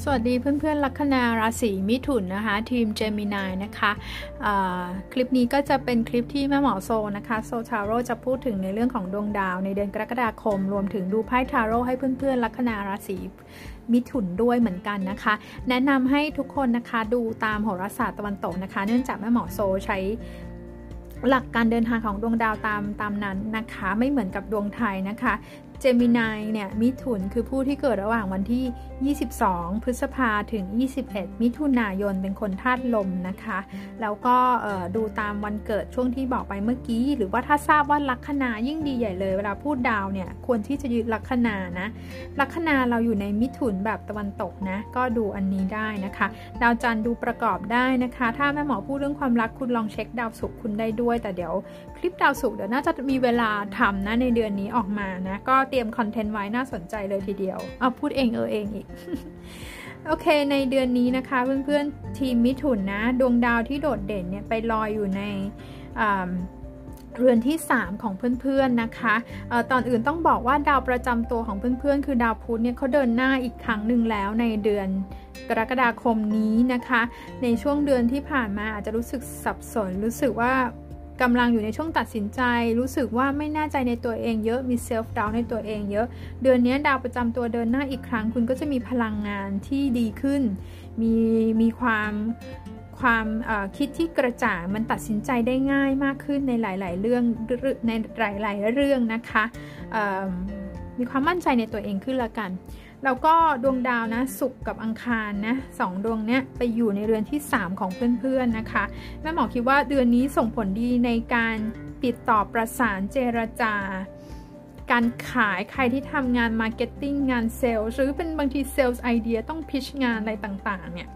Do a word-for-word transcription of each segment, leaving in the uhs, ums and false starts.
สวัสดีเพื่อนๆลัคนาราศีมิถุนนะคะทีมเจมินายนะคะคลิปนี้ก็จะเป็นคลิปที่แม่หมอโซนะคะโซทาโร่จะพูดถึงในเรื่องของดวงดาวในเดือนกรกฎาคมรวมถึงดูไพ่ทาโร่ให้เพื่อนๆลัคนาราศีมิถุนด้วยเหมือนกันนะคะแนะนำให้ทุกคนนะคะดูตามโหราศาสตร์ตะวันตกนะคะเนื่องจากแม่หมอโซใช้หลักการเดินทางของดวงดาวตามตามนั้นนะคะไม่เหมือนกับดวงไทยนะคะเจมินายเนี่ยมิถุนคือผู้ที่เกิดระหว่างวันที่ยี่สิบสองพฤษภาถึงยี่สิบเอ็ดมิถุนายนเป็นคนธาตุลมนะคะแล้วก็ดูตามวันเกิดช่วงที่บอกไปเมื่อกี้หรือว่าถ้าทราบว่าลัคนายิ่งดีใหญ่เลยเวลาพูดดาวเนี่ยควรที่จะยึดลัคนานะลัคนาเราอยู่ในมิถุนแบบตะวันตกนะก็ดูอันนี้ได้นะคะดาวจันทร์ดูประกอบได้นะคะถ้าแม่หมอพูดเรื่องความรักคุณลองเช็คดาวศุกร์คุณได้ด้วยแต่เดี๋ยวคลิปดาวศุกร์เดี๋ยวน่าจะมีเวลาทำนะในเดือนนี้ออกมานะก็เตรียมคอนเทนต์ไว้น่าสนใจเลยทีเดียวเอาพูดเองเออเองอีก โอเคในเดือนนี้นะคะเพื่อนๆทีมมิถุนนะดวงดาวที่โดดเด่นเนี่ยไปลอยอยู่ในเรือนที่สามของเพื่อนๆนะคะออตอนอื่นต้องบอกว่าดาวประจำตัวของเพื่อนๆคือดาวพุธเนี่ยเขาเดินหน้าอีกครั้งหนึ่งแล้วในเดือนกรกฎาคมนี้นะคะในช่วงเดือนที่ผ่านมาอาจจะรู้สึกสับสนรู้สึกว่ากำลังอยู่ในช่วงตัดสินใจรู้สึกว่าไม่แน่ใจในตัวเองเยอะมีเซลฟ์ดาวน์ในตัวเองเยอะเดือนนี้ดาวประจำตัวเดินหน้าอีกครั้งคุณก็จะมีพลังงานที่ดีขึ้นมีมีความความคิดที่กระจ่างมันตัดสินใจได้ง่ายมากขึ้นในหลายๆเรื่องในหลายๆเรื่องนะคะมีความมั่นใจในตัวเองขึ้นละกันแล้วก็ดวงดาวนะศุกร์กับอังคารนะสองดวงเนี้ยไปอยู่ในเรือนที่สามของเพื่อนๆนะคะแม่หมอคิดว่าเดือนนี้ส่งผลดีในการติดต่อประสานเจรจาการขายใครที่ทำงานมาร์เก็ตติ้งงานเซลล์หรือเป็นบางทีเซลล์ไอเดียต้องพิชงานอะไรต่างๆเนี่ย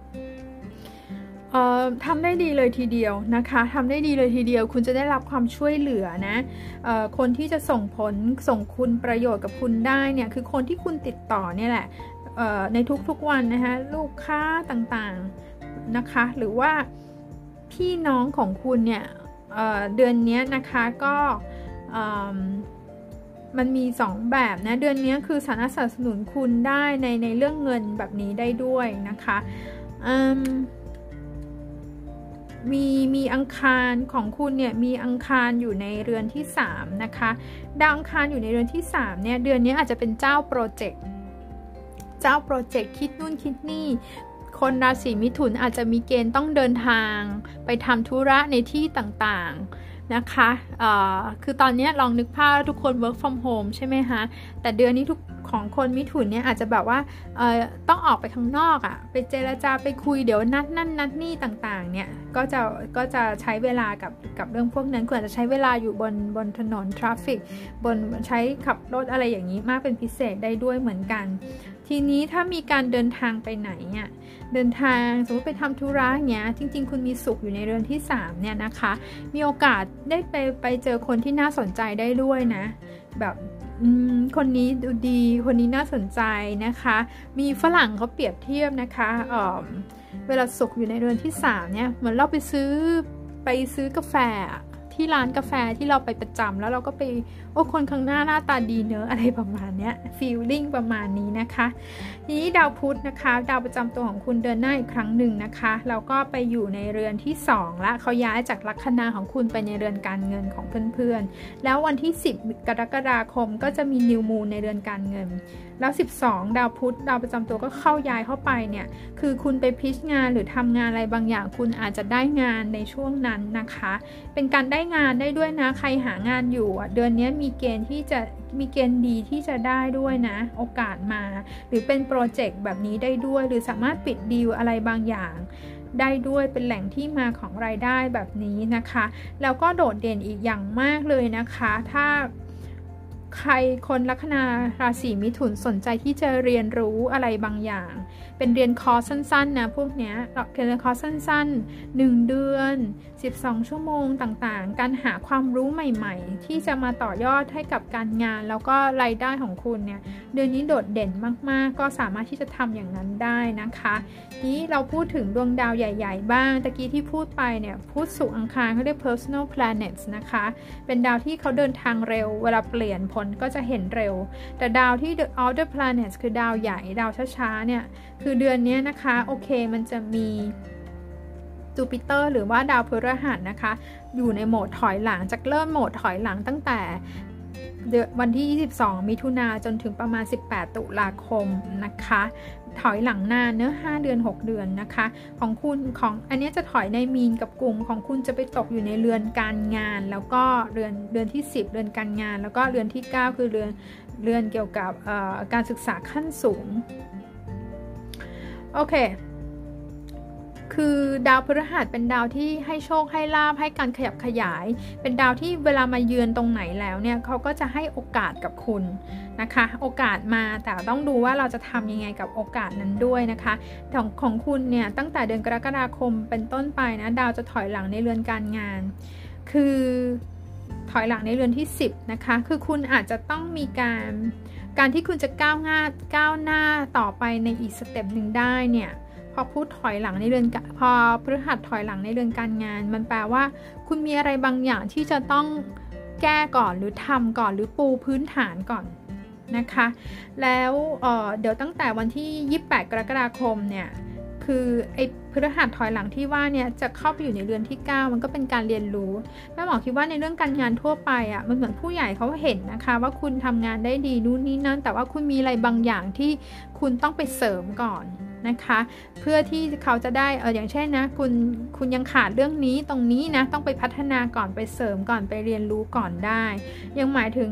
ทำได้ดีเลยทีเดียวนะคะทำได้ดีเลยทีเดียวคุณจะได้รับความช่วยเหลือนะคนที่จะส่งผลส่งคุณประโยชน์กับคุณได้เนี่ยคือคนที่คุณติดต่อเนี่ยแหละในทุกๆวันนะคะลูกค้าต่างๆนะคะหรือว่าพี่น้องของคุณเนี่ย เ, เดือนนี้นะคะก็มันมีสองแบบนะเดือนนี้คือสามารถสนับสนุนคุณได้ในในเรื่องเงินแบบนี้ได้ด้วยนะคะมีมีอังคารของคุณเนี่ยมีอังคารอยู่ในเรือนที่สามนะคะดาวอังคารอยู่ในเรือนที่สามเนี่ยเดือนนี้อาจจะเป็นเจ้าโปรเจกต์เจ้าโปรเจกต์คิดนู่นคิดนี่คนราศีมิถุนอาจจะมีเกณฑ์ต้องเดินทางไปทำธุระในที่ต่างๆนะคะคือตอนนี้ลองนึกภาพทุกคน work from home ใช่ไหมคะแต่เดือนนี้ทุกของคนมิถุนเนี่ยอาจจะแบบว่าต้องออกไปข้างนอกอะ่ะไปเจรจาไปคุยเดี๋ยวนัดนั่นนัดนี่ต่างๆเนี่ยก็จะก็จะใช้เวลากับกับเรื่องพวกนั้นคุณอาจจะใช้เวลาอยู่บนบนถนนทราฟฟิกบนใช้ขับรถอะไรอย่างนี้มากเป็นพิเศษได้ด้วยเหมือนกันทีนี้ถ้ามีการเดินทางไปไหนเนี่ยเดินทางสมมติไปทำธุระเงี้ยจริงๆคุณมีสุขอยู่ในเรือนที่สามเนี่ยนะคะมีโอกาสได้ไปไปเจอคนที่น่าสนใจได้ด้วยนะแบบคนนี้ดูดีคนนี้น่าสนใจนะคะมีฝรั่งเขาเปรียบเทียบนะคะเอ่อเวลาสุขอยู่ในเรือนที่สามเนี่ยเหมือนเราไปซื้อไปซื้อกาแฟที่ร้านกาแฟที่เราไปประจำแล้วเราก็ไปโอ้คนข้างหน้าหน้าตาดีเนอะอะไรประมาณเนี้ยฟีลลิ่งประมาณนี้นะคะทีนี้ดาวพุธนะคะดาวประจำตัวของคุณเดินหน้าอีกครั้งหนึ่งนะคะแล้วก็ไปอยู่ในเรือนที่สองละเขาย้ายจากลัคนาของคุณไปในเรือนการเงินของเพื่อนๆแล้ววันที่สิบกรกฎาคมก็จะมีนิวมูนในเรือนการเงินแล้วสิบสองดาวพุธดาวประจำตัวก็เข้าย้ายเข้าไปเนี่ยคือคุณไปพิชงานหรือทำงานอะไรบางอย่างคุณอาจจะได้งานในช่วงนั้นนะคะเป็นการได้งานได้ด้วยนะใครหางานอยู่เดือนนี้มีเกณฑ์ที่จะมีเกณฑ์ดีที่จะได้ด้วยนะโอกาสมาหรือเป็นโปรเจกต์แบบนี้ได้ด้วยหรือสามารถปิดดีลอะไรบางอย่างได้ด้วยเป็นแหล่งที่มาของรายได้แบบนี้นะคะแล้วก็โดดเด่นอีกอย่างมากเลยนะคะถ้าใครคนลัคนาราศีมิถุนสนใจที่จะเรียนรู้อะไรบางอย่างเป็นเรียนคอร์สสั้นๆนะพวกเนี้ยเรียนคอร์สสั้นๆหนึ่งเดือนสิบสองชั่วโมงต่างๆการหาความรู้ใหม่ๆที่จะมาต่อยอดให้กับการงานแล้วก็รายได้ของคุณเนี่ยเดือนนี้โดดเด่นมากๆก็สามารถที่จะทำอย่างนั้นได้นะคะนี้เราพูดถึงดวงดาวใหญ่ๆบ้างตะกี้ที่พูดไปเนี่ยพุธศุกร์อังคารเขาเรียก personal planets นะคะเป็นดาวที่เขาเดินทางเร็วเวลาเปลี่ยนผลก็จะเห็นเร็วแต่ดาวที่ the outer planets คือดาวใหญ่ดาวช้าๆเนี่ยคือเดือนนี้นะคะโอเคมันจะมีจูปิเตอร์หรือว่าดาวพฤหัสนะคะอยู่ในโหมดถอยหลังจะเริ่มโหมดถอยหลังตั้งแต่วันที่ยี่สิบสองมิถุนาจนถึงประมาณสิบแปดตุลาคมนะคะถอยหลังนานเนื้อห้าเดือนหกเดือนนะคะของคุณของอันนี้จะถอยในมีนกับกลุ่มของคุณจะไปตกอยู่ในเรือนการงานแล้วก็เรือนเรือนที่สิบเรือนการงานแล้วก็เรือนที่เก้าคือเรือนเรือนเกี่ยวกับการศึกษาขั้นสูงโอเคคือดาวพฤหัสเป็นดาวที่ให้โชคให้ลาภให้การขยับขยายเป็นดาวที่เวลามาเยือนตรงไหนแล้วเนี่ยเขาก็จะให้โอกาสกับคุณนะคะโอกาสมาแต่ต้องดูว่าเราจะทำยังไงกับโอกาสนั้นด้วยนะคะของของคุณเนี่ยตั้งแต่เดือนกรกฎาคมเป็นต้นไปนะดาวจะถอยหลังในเรือนการงานคือถอยหลังในเรือนที่สิบนะคะคือคุณอาจจะต้องมีการการที่คุณจะก้าวหน้าก้าวหน้าต่อไปในอีกสเต็ปหนึ่งได้เนี่ยพอพูดถอยหลังในเรือนพอพฤหัสถอยหลังในเรือนการงานมันแปลว่าคุณมีอะไรบางอย่างที่จะต้องแก้ก่อนหรือทำก่อนหรือปูพื้นฐานก่อนนะคะแล้วเ, เดี๋ยวตั้งแต่วันที่ยี่สิบแปดกรกฎาคมเนี่ยคือไอ้พฤหัสถอยหลังที่ว่าเนี่ยจะเข้าไปอยู่ในเรือนที่เก้ามันก็เป็นการเรียนรู้แม่หมอคิดว่าในเรื่องการงานทั่วไปอ่ะมันเหมือนผู้ใหญ่เขาเห็นนะคะว่าคุณทำงานได้ดีนู่นนี่นั่นแต่ว่าคุณมีอะไรบางอย่างที่คุณต้องไปเสริมก่อนนะคะเพื่อที่เขาจะได้เอออย่างเช่นนะคุณคุณยังขาดเรื่องนี้ตรงนี้นะต้องไปพัฒนาก่อนไปเสริมก่อนไปเรียนรู้ก่อนได้ยังหมายถึง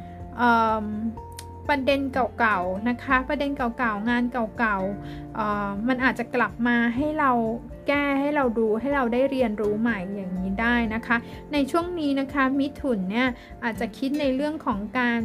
ประเด็นเก่าๆนะคะประเด็นเก่าๆงานเก่าๆมันอาจจะกลับมาให้เราแก้ให้เราดูให้เราได้เรียนรู้ใหม่อย่างนี้ได้นะคะในช่วงนี้นะคะมิถุนเนี่ยอาจจะคิดในเรื่องของการ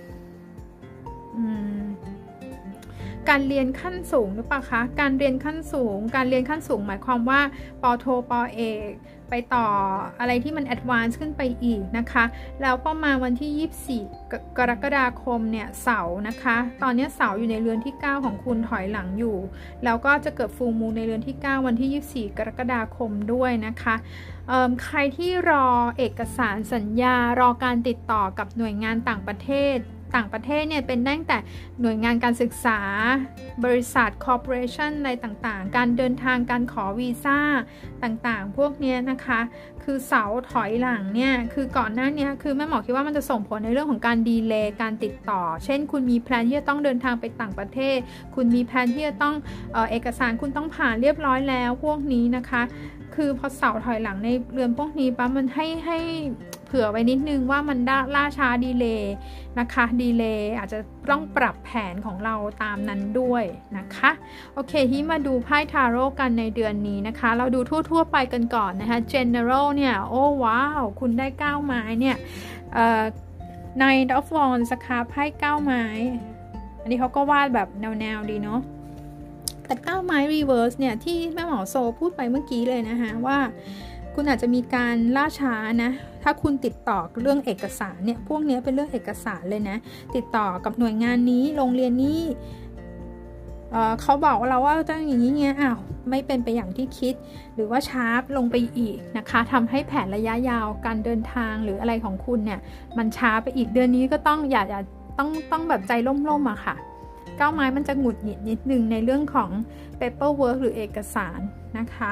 การเรียนขั้นสูงหรือเปล่าคะการเรียนขั้นสูงการเรียนขั้นสูงหมายความว่าปโทปเอกไปต่ออะไรที่มันแอดวานซ์ขึ้นไปอีกนะคะแล้วประมาณวันที่ยี่สิบสี่กรกฎาคมเนี่ยเสาร์นะคะตอนนี้เสาร์อยู่ในเรือนที่เก้าของคุณถอยหลังอยู่แล้วก็จะเกิดฟูลมูนในเรือนที่เก้าวันที่ยี่สิบสี่กรกฎาคมด้วยนะคะใครที่รอเอกสารสัญญารอการติดต่อกับหน่วยงานต่างประเทศต่างประเทศเนี่ยเป็นตั้งแต่หน่วยงานการศึกษาบริษัทคอร์ปอเรชั่นอะไรต่างๆการเดินทางการขอวีซ่าต่างๆพวกนี้นะคะคือเสาถอยหลังเนี่ยคือก่อนหน้านี้คือแม่หมอคิดว่ามันจะส่งผลในเรื่องของการดีเลย์การติดต่อเช่นคุณมีแพลนที่จะต้องเดินทางไปต่างประเทศคุณมีแพลนที่จะต้องเอ่อเอกสารคุณต้องผ่านเรียบร้อยแล้วพวกนี้นะคะคือพอเสาถอยหลังในเรือนพวกนี้ปั๊บมันให้ให้เผื่อไว้นิดนึงว่ามันล่าช้าดีเลย์นะคะดีเลย์อาจจะต้องปรับแผนของเราตามนั้นด้วยนะคะโอเคที่มาดูไพ่ทาโร่กันในเดือนนี้นะคะเราดูทั่วๆไปกันก่อนนะคะ general เนี่ยโอ้ว้าวคุณได้เก้าไม้เนี่ยเอ่อ Knight of Wands นะคะไพ่เก้าไม้อันนี้เขาก็วาดแบบแนวๆดีเนาะแต่เก้าไม้รีเวิร์สเนี่ยที่แม่หมอโซพูดไปเมื่อกี้เลยนะคะว่าคุณอาจจะมีการล่าช้านะถ้าคุณติดต่อเรื่องเอกสารเนี่ยพวกนี้เป็นเรื่องเอกสารเลยนะติดต่อกับหน่วยงานนี้โรงเรียนนี้ เอ่อ เขาบอกเราว่าต้องอย่างนี้เงี้ยอ้าวไม่เป็นไปอย่างที่คิดหรือว่าช้าลงไปอีกนะคะทำให้แผนระยะยาวการเดินทางหรืออะไรของคุณเนี่ยมันช้าไปอีกเดือนนี้ก็ต้องอย่าอย่าต้องต้องแบบใจล่มๆอะค่ะเก้าไม้มันจะหงุดหงิดนิดนึงในเรื่องของ paperwork หรือเอกสารนะคะ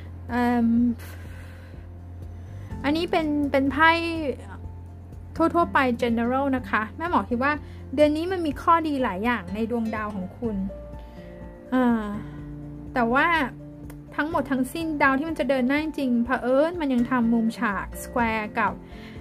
อันนี้เป็นเป็นไพ่ทั่วๆไป general นะคะแม่หมอคิดว่าเดือนนี้มันมีข้อดีหลายอย่างในดวงดาวของคุณแต่ว่าทั้งหมดทั้งสิ้นดาวที่มันจะเดินหน้าจริงเผอิญมันยังทำมุมฉาก square กับ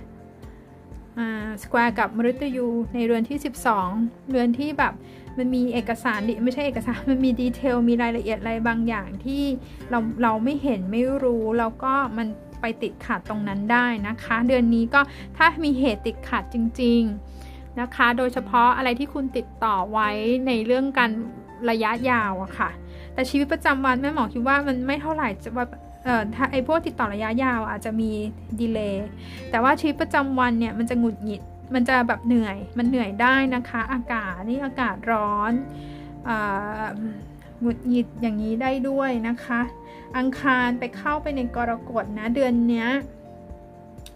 สแควร์กับมฤตยูในเรือนที่สิบสองเรือนที่แบบมันมีเอกสารไม่ใช่เอกสารมันมีดีเทลมีรายละเอียดอะไรบางอย่างที่เราเราไม่เห็นไม่รู้แล้วก็มันไปติดขัดตรงนั้นได้นะคะเดือนนี้ก็ถ้ามีเหตุติดขัดจริงๆนะคะโดยเฉพาะอะไรที่คุณติดต่อไว้ในเรื่องการระยะยาวอะค่ะแต่ชีวิตประจำวันแม่หมอคิดว่ามันไม่เท่าไหร่จะว่าเอ่อถ้าไอ้พวกติดต่อระยะยาวอาจจะมีดีเลย์แต่ว่าชีวิตประจำวันเนี่ยมันจะหงุดหงิดมันจะแบบเหนื่อยมันเหนื่อยได้นะคะอากาศนี่อากาศร้อนอ่าหงุดหงิดอย่างนี้ได้ด้วยนะคะอังคารไปเข้าไปในกรกฎนะเดือนนี้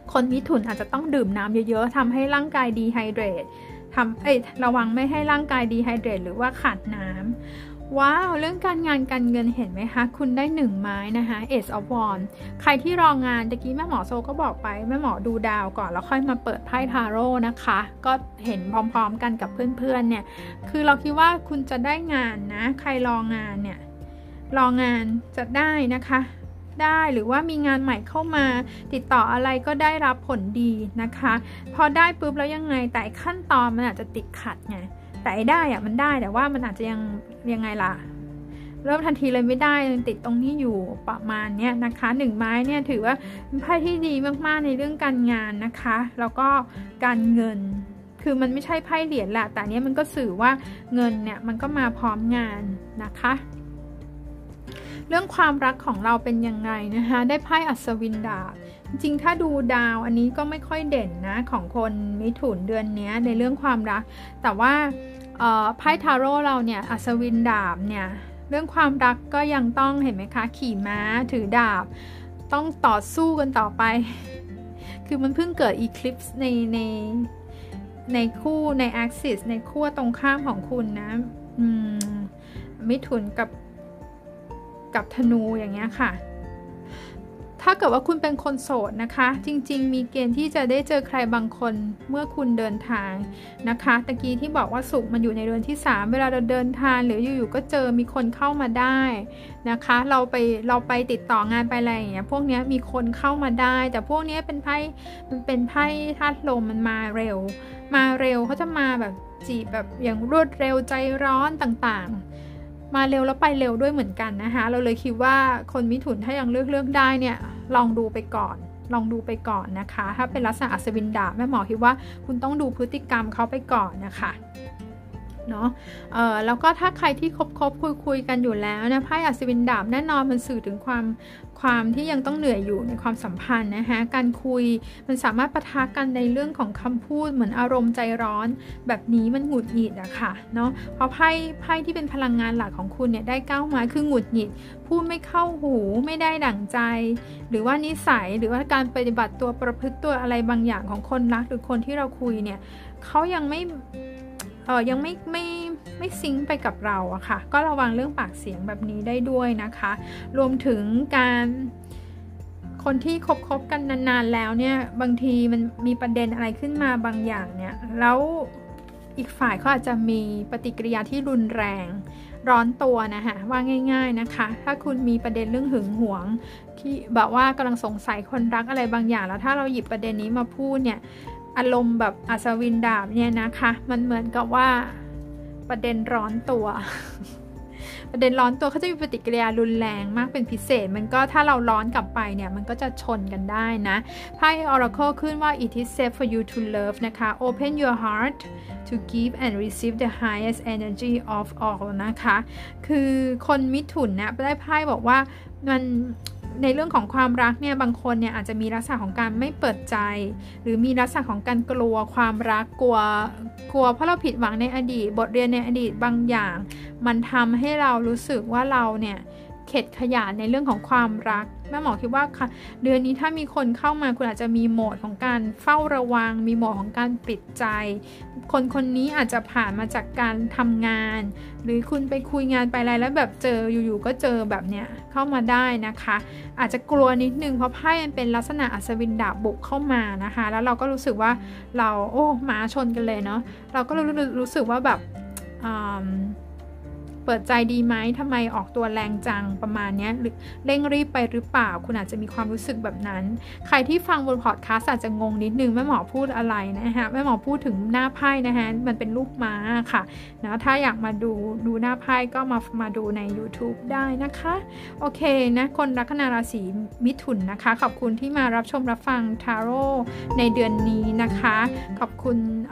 คนมิถุนอาจจะต้องดื่มน้ำเยอะๆทำให้ร่างกายดีไฮเดรตทำเอ้ยระวังไม่ให้ร่างกายดีไฮเดรตหรือว่าขาดน้ำว้าวเรื่องการงานการเงินเห็นไหมคะคุณได้หนึ่งไม้นะคะ Ace of Wands ใครที่รองานตะกี้แม่หมอโซก็บอกไปแม่หมอดูดาวก่อนแล้วค่อยมาเปิดไพ่ทาโร่นะคะก็เห็นพร้อมๆกันกับเพื่อนๆเนี่ยคือเราคิดว่าคุณจะได้งานนะใครรองานเนี่ยรองานจะได้นะคะได้หรือว่ามีงานใหม่เข้ามาติดต่ออะไรก็ได้รับผลดีนะคะพอได้ปุ๊บแล้วยังไงแต่ขั้นตอนมันอาจจะติดขัดไงแต่ได้อะมันได้แต่ว่ามันอาจจะยังยังไงล่ะเริ่มทันทีเลยไม่ได้ยังติดตรงนี้อยู่ประมาณนี้นะคะหนึ่งไม้เนี่ยถือว่าเป็นไพ่ที่ดีมากๆในเรื่องการงานนะคะแล้วก็การเงินคือมันไม่ใช่ไพ่เหรียญแหละแต่เนี้ยมันก็สื่อว่าเงินเนี่ยมันก็มาพร้อมงานนะคะเรื่องความรักของเราเป็นยังไงนะคะได้ไพ่อัศวินดาบจริงๆถ้าดูดาวอันนี้ก็ไม่ค่อยเด่นนะของคนมิถุนเดือนนี้ในเรื่องความรักแต่ว่าไพ่ทาโร่เราเนี่ยอัศวินดาบเนี่ยเรื่องความรักก็ยังต้องเห็นไหมคะขี่ม้าถือดาบต้องต่อสู้กันต่อไปคือมันเพิ่งเกิดอีคลิปส์ในในในคู่ในแอ็กซิสในขั้วตรงข้ามของคุณนะมิถุนกับกับธนูอย่างเงี้ยค่ะถ้าเกิดว่าคุณเป็นคนโสดนะคะจริงๆมีเกณฑ์ที่จะได้เจอใครบางคนเมื่อคุณเดินทางนะคะตะกี้ที่บอกว่าสุขมันอยู่ในเรือนที่สามเวลาเราเดินทางหรืออยู่ๆก็เจอมีคนเข้ามาได้นะคะเราไปเราไปติดต่องานไปอะไรอย่างเงี้ยพวกนี้มีคนเข้ามาได้แต่พวกนี้เป็นไพ่มันเป็นไพ่ธาตุลมมันมาเร็วมาเร็วเขาจะมาแบบจีบแบบอย่างรวดเร็วใจร้อนต่างๆมาเร็วแล้วไปเร็วด้วยเหมือนกันนะคะเราเลยคิดว่าคนมิถุนถ้ายังเลือกเลือกได้เนี่ยลองดูไปก่อนลองดูไปก่อนนะคะถ้าเป็นลักษณะอัศวินดาบแม่หมอคิดว่าคุณต้องดูพฤติกรรมเขาไปก่อนนะคะเนาะเอ่อแล้วก็ถ้าใครที่คบคบคุยคุยกันอยู่แล้วนะไพ่อัศวินดาบแน่นอนมันสื่อถึงความความที่ยังต้องเหนื่อยอยู่ในความสัมพันธ์นะคะการคุยมันสามารถปะทะกันในเรื่องของคำพูดเหมือนอารมณ์ใจร้อนแบบนี้มันหงุดหงิดอะค่ะเนาะเพราะไพ่ไพ่ที่เป็นพลังงานหลักของคุณเนี่ยได้เก้าไม้คือหงุดหงิดพูดไม่เข้าหูไม่ได้ดั่งใจหรือว่านิสัยหรือว่าการปฏิบัติตัวประพฤติตัวอะไรบางอย่างของคนรักหรือคนที่เราคุยเนี่ยเขายังไม่เออยังไม่ไม่ไม่ซิงค์ไปกับเราอะค่ะก็ระวังเรื่องปากเสียงแบบนี้ได้ด้วยนะคะรวมถึงการคนที่คบคบกันนานๆแล้วเนี่ยบางทีมันมีประเด็นอะไรขึ้นมาบางอย่างเนี่ยแล้วอีกฝ่ายเขาอาจจะมีปฏิกิริยาที่รุนแรงร้อนตัวนะคะว่าง่ายๆนะคะถ้าคุณมีประเด็นเรื่องหึงหวงที่แบบว่ากำลังสงสัยคนรักอะไรบางอย่างแล้วถ้าเราหยิบประเด็นนี้มาพูดเนี่ยอารมณ์แบบอัศวินดาบเนี่ยนะคะมันเหมือนกับว่าประเด็นร้อนตัว ประเด็นร้อนตัวเขาจะมีปฏิกิริยารุนแรงมากเป็นพิเศษมันก็ถ้าเราร้อนกลับไปเนี่ยมันก็จะชนกันได้นะไพ่ Oracle ขึ้นว่า it is safe for you to love นะคะ open your heart to give and receive the highest energy of all นะคะคือคนมิถุนเนี่ยได้ไพ่บอกว่ามันในเรื่องของความรักเนี่ยบางคนเนี่ยอาจจะมีลักษณะของการไม่เปิดใจหรือมีลักษณะของการกลัวความรักกลัวกลัวเพราะเราผิดหวังในอดีตบทเรียนในอดีตบางอย่างมันทำให้เรารู้สึกว่าเราเนี่ยเข็ดขยาดในเรื่องของความรักแม่หมอคิดว่าเดือนนี้ถ้ามีคนเข้ามาคุณอาจจะมีโหมดของการเฝ้าระวังมีโหมดของการปิดใจคนคนนี้อาจจะผ่านมาจากการทำงานหรือคุณไปคุยงานไปอะไรแล้วแบบเจออยู่ๆก็เจอแบบเนี้ยเข้ามาได้นะคะอาจจะกลัวนิดนึงเพราะไพ่มันเป็นลักษณะอัศวินดาบบุกเข้ามานะคะแล้วเราก็รู้สึกว่าเราโอ้หมาชนกันเลยเนาะเราก็รู้รู้สึกว่าแบบเปิดใจดีไหมทำไมออกตัวแรงจังประมาณนี้หรือเร่งรีบไปหรือเปล่าคุณอาจจะมีความรู้สึกแบบนั้นใครที่ฟังบนพอดคาสต์อาจจะงงนิดนึงแม่หมอพูดอะไรนะฮะแม่หมอพูดถึงหน้าไพ่นะฮะมันเป็นรูปม้าค่ะนะถ้าอยากมาดูดูหน้าไพ่ก็มามาดูใน YouTube ได้นะคะโอเคนะคนลัคนาราศีมิถุนนะคะขอบคุณที่มารับชมรับฟังทาโร่ในเดือนนี้นะคะขอบคุณ